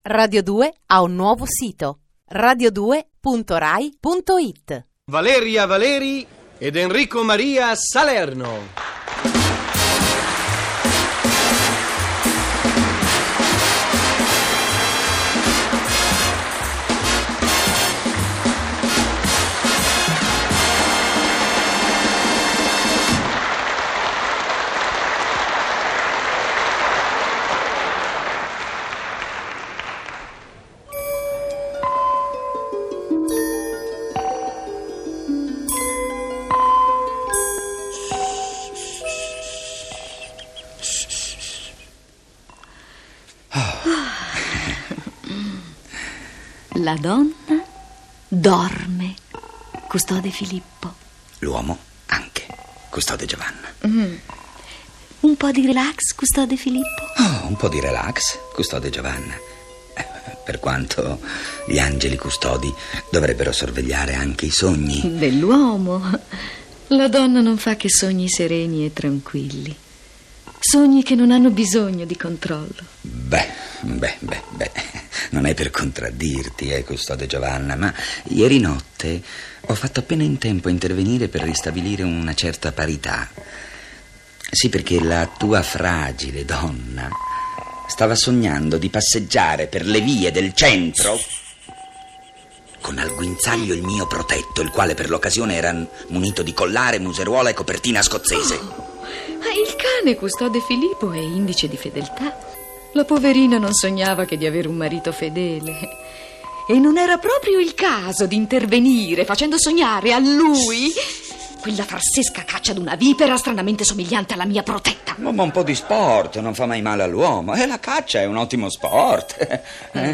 Radio 2 ha un nuovo sito: radio2.rai.it. Valeria Valeri ed Enrico Maria Salerno. La donna dorme, custode Filippo. L'uomo anche, custode Giovanna. Un po' di relax, custode Filippo. Un po' di relax, custode Giovanna. Per quanto gli angeli custodi dovrebbero sorvegliare anche i sogni dell'uomo. La donna non fa che sogni sereni e tranquilli. Sogni che non hanno bisogno di controllo. Beh. Non è per contraddirti, custode Giovanna, ma ieri notte ho fatto appena in tempo a intervenire per ristabilire una certa parità. Sì, perché la tua fragile donna stava sognando di passeggiare per le vie del centro con al guinzaglio il mio protetto, il quale per l'occasione era munito di collare, museruola e copertina scozzese. Il cane custode Filippo è indice di fedeltà. La poverina non sognava che di avere un marito fedele. E non era proprio il caso di intervenire facendo sognare a lui quella farsesca caccia d'una vipera stranamente somigliante alla mia protetta. Ma un po' di sport non fa mai male all'uomo. E la caccia è un ottimo sport.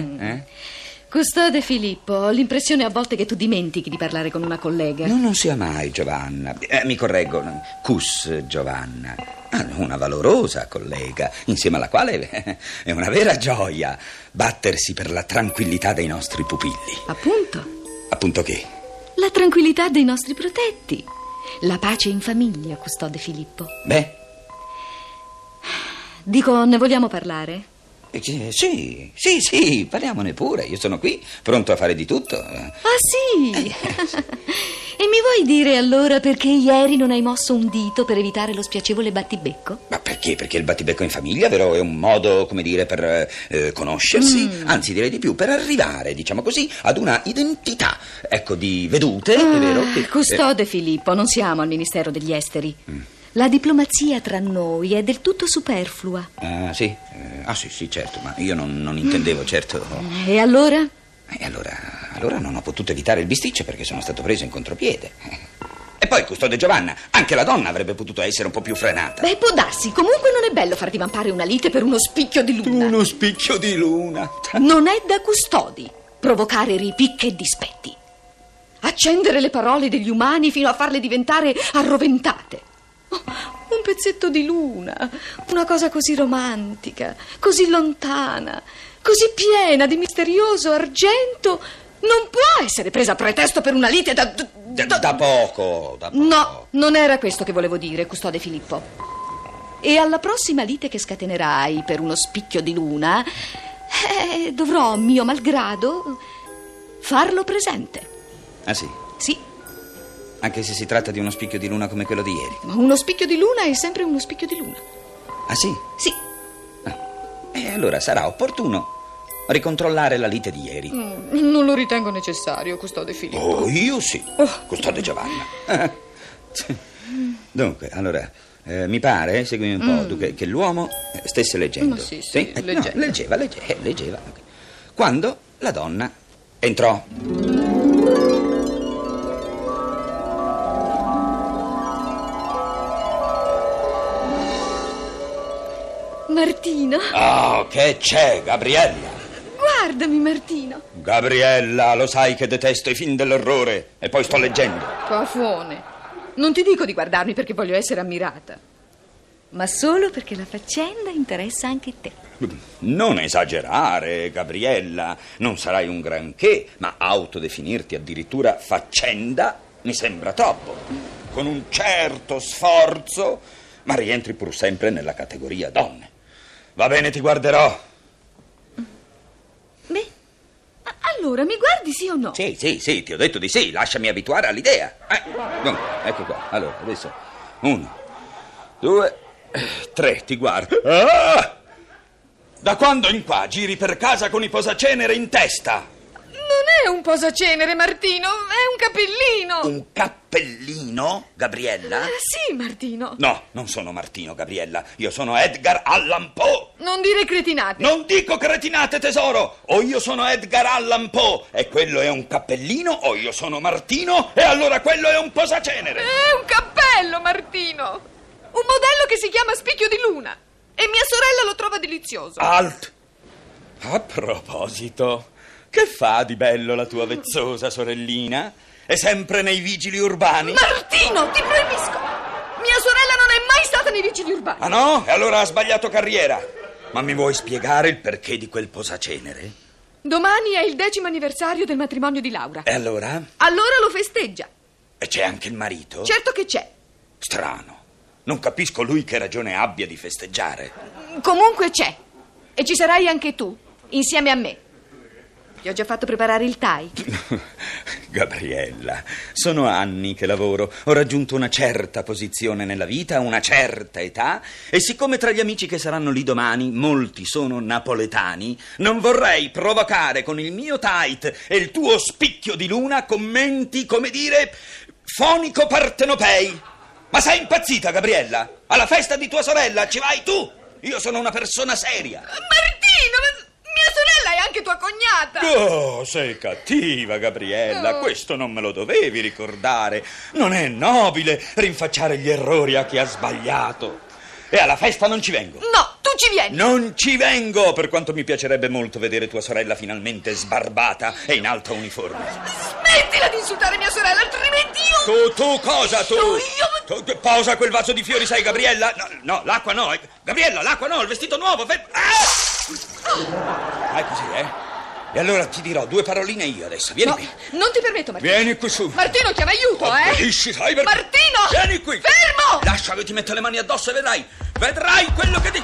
Custode Filippo, ho l'impressione a volte che tu dimentichi di parlare con una collega. Non sia mai, Giovanna. Mi correggo, Giovanna. Una valorosa collega, insieme alla quale è una vera gioia battersi per la tranquillità dei nostri pupilli. Appunto che? La tranquillità dei nostri protetti. La pace in famiglia, custode Filippo. Dico, ne vogliamo parlare? Sì, parliamone pure. Io sono qui, pronto a fare di tutto. Sì? E mi vuoi dire allora perché ieri non hai mosso un dito per evitare lo spiacevole battibecco? Ma perché? Perché il battibecco in famiglia, vero, è un modo, come dire, per conoscersi. Anzi, direi di più, per arrivare, diciamo così, ad una identità, di vedute, è vero? Custode Filippo, non siamo al Ministero degli Esteri. La diplomazia tra noi è del tutto superflua. Sì, certo, ma io non intendevo, certo. E allora? Allora non ho potuto evitare il bisticcio perché sono stato preso in contropiede. E poi, custode Giovanna, anche la donna avrebbe potuto essere un po' più frenata. Può darsi. Comunque non è bello far divampare una lite per uno spicchio di luna. Uno spicchio di luna. Non è da custodi provocare ripicche e dispetti. Accendere le parole degli umani fino a farle diventare arroventate. Un pezzetto di luna, una cosa così romantica, così lontana, così piena di misterioso argento, non può essere presa a pretesto per una lite da poco. No, non era questo che volevo dire, custode Filippo. E alla prossima lite che scatenerai per uno spicchio di luna, dovrò, mio malgrado, farlo presente. Ah, sì? Sì. Anche se si tratta di uno spicchio di luna come quello di ieri. Ma uno spicchio di luna è sempre uno spicchio di luna. Ah, sì? Sì. E allora sarà opportuno ricontrollare la lite di ieri. Non lo ritengo necessario, custode Filippo. Io sì, custode Giovanna. Dunque, allora, mi pare, seguimi un po', dunque, che l'uomo stesse leggendo. Ma sì, leggendo. No, leggeva. Okay. Quando la donna entrò. Martino? Che c'è, Gabriella? Guardami, Martino. Gabriella, lo sai che detesto i film dell'orrore e poi sto leggendo. Cafone. Non ti dico di guardarmi perché voglio essere ammirata, ma solo perché la faccenda interessa anche te. Non esagerare, Gabriella. Non sarai un granché, ma autodefinirti addirittura faccenda mi sembra troppo. Con un certo sforzo, ma rientri pur sempre nella categoria donne. Va bene, ti guarderò. allora, mi guardi sì o no? Sì, ti ho detto di sì, lasciami abituare all'idea. Dunque, ecco qua. Allora, adesso 1, 2, 3, ti guardo. Ah! Da quando in qua giri per casa con i posacenere in testa? Non è un posacenere, Martino, è un cappellino. Un cappellino, Gabriella? Sì, Martino. No, non sono Martino, Gabriella. Io sono Edgar Allan Poe. Non dire cretinate. Non dico cretinate, tesoro. O io sono Edgar Allan Poe e quello è un cappellino, o io sono Martino e allora quello è un posacenere. È un cappello, Martino. Un modello che si chiama Spicchio di Luna. E mia sorella lo trova delizioso. Alt. A proposito, che fa di bello la tua vezzosa sorellina? È sempre nei vigili urbani? Martino, ti proibisco. Mia sorella non è mai stata nei vigili urbani. Ah no? E allora ha sbagliato carriera. Ma mi vuoi spiegare il perché di quel posacenere? Domani è il 10° anniversario del matrimonio di Laura. E allora? Allora lo festeggia. E c'è anche il marito? Certo che c'è. Strano. Non capisco lui che ragione abbia di festeggiare. Comunque c'è. E ci sarai anche tu, insieme a me. Ti ho già fatto preparare il thai. Gabriella, sono anni che lavoro. Ho raggiunto una certa posizione nella vita, una certa età, e siccome tra gli amici che saranno lì domani molti sono napoletani, non vorrei provocare con il mio tight e il tuo spicchio di luna commenti, come dire, fonico-partenopei. Ma sei impazzita, Gabriella? Alla festa di tua sorella ci vai tu? Io sono una persona seria. Martino, mia sorella è anche tua cognata. Oh, sei cattiva, Gabriella. Questo non me lo dovevi ricordare. Non è nobile rinfacciare gli errori a chi ha sbagliato. E alla festa non ci vengo. No, tu ci vieni. Non ci vengo, per quanto mi piacerebbe molto vedere tua sorella finalmente sbarbata e in alta uniforme. Smettila di insultare mia sorella, altrimenti io... Tu cosa, tu? Io... Tu posa quel vaso di fiori, sai, Gabriella? No, l'acqua no. Gabriella, l'acqua no, il vestito nuovo. Vai così, E allora ti dirò 2 paroline io adesso. Vieni qui. Non ti permetto, Martino. Vieni qui su. Martino, chiama aiuto, Obbedisci, sai perché? Martino! Vieni qui. Fermo! Lascia che ti metto le mani addosso e vedrai. Vedrai quello che ti...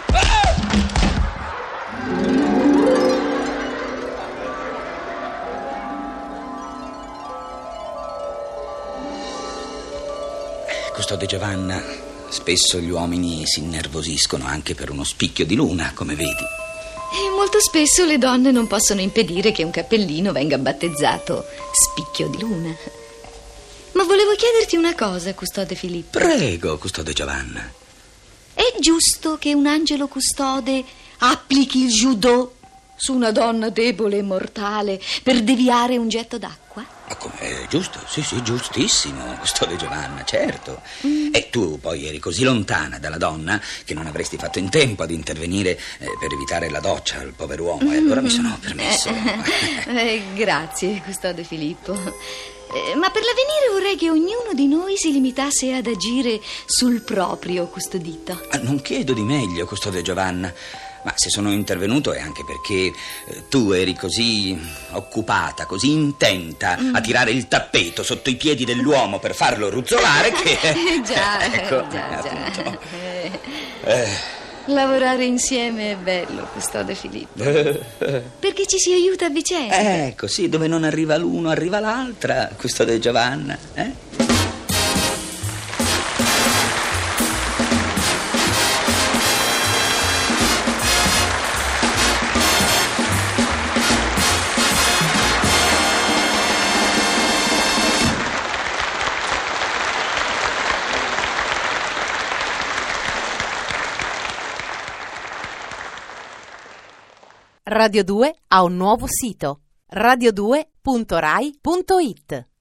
Custode Giovanna, spesso gli uomini si innervosiscono anche per uno spicchio di luna, come vedi. E molto spesso le donne non possono impedire che un cappellino venga battezzato Spicchio di Luna. Ma volevo chiederti una cosa, custode Filippo. Prego, custode Giovanna. È giusto che un angelo custode applichi il judo su una donna debole e mortale per deviare un getto d'acqua? Ma come? È giusto? Sì, giustissimo, custode Giovanna, certo. E tu poi eri così lontana dalla donna che non avresti fatto in tempo ad intervenire per evitare la doccia al pover'uomo, e allora mi sono permesso. Grazie, custode Filippo. Ma per l'avvenire vorrei che ognuno di noi si limitasse ad agire sul proprio custodito. Non chiedo di meglio, custode Giovanna. Ma se sono intervenuto è anche perché tu eri così occupata, così intenta a tirare il tappeto sotto i piedi dell'uomo per farlo ruzzolare che... Già. Lavorare insieme è bello, custode Filippo. Perché ci si aiuta a vicenda. Ecco, sì, dove non arriva l'uno arriva l'altra, custode Giovanna, Radio 2 ha un nuovo sito: radio2.rai.it.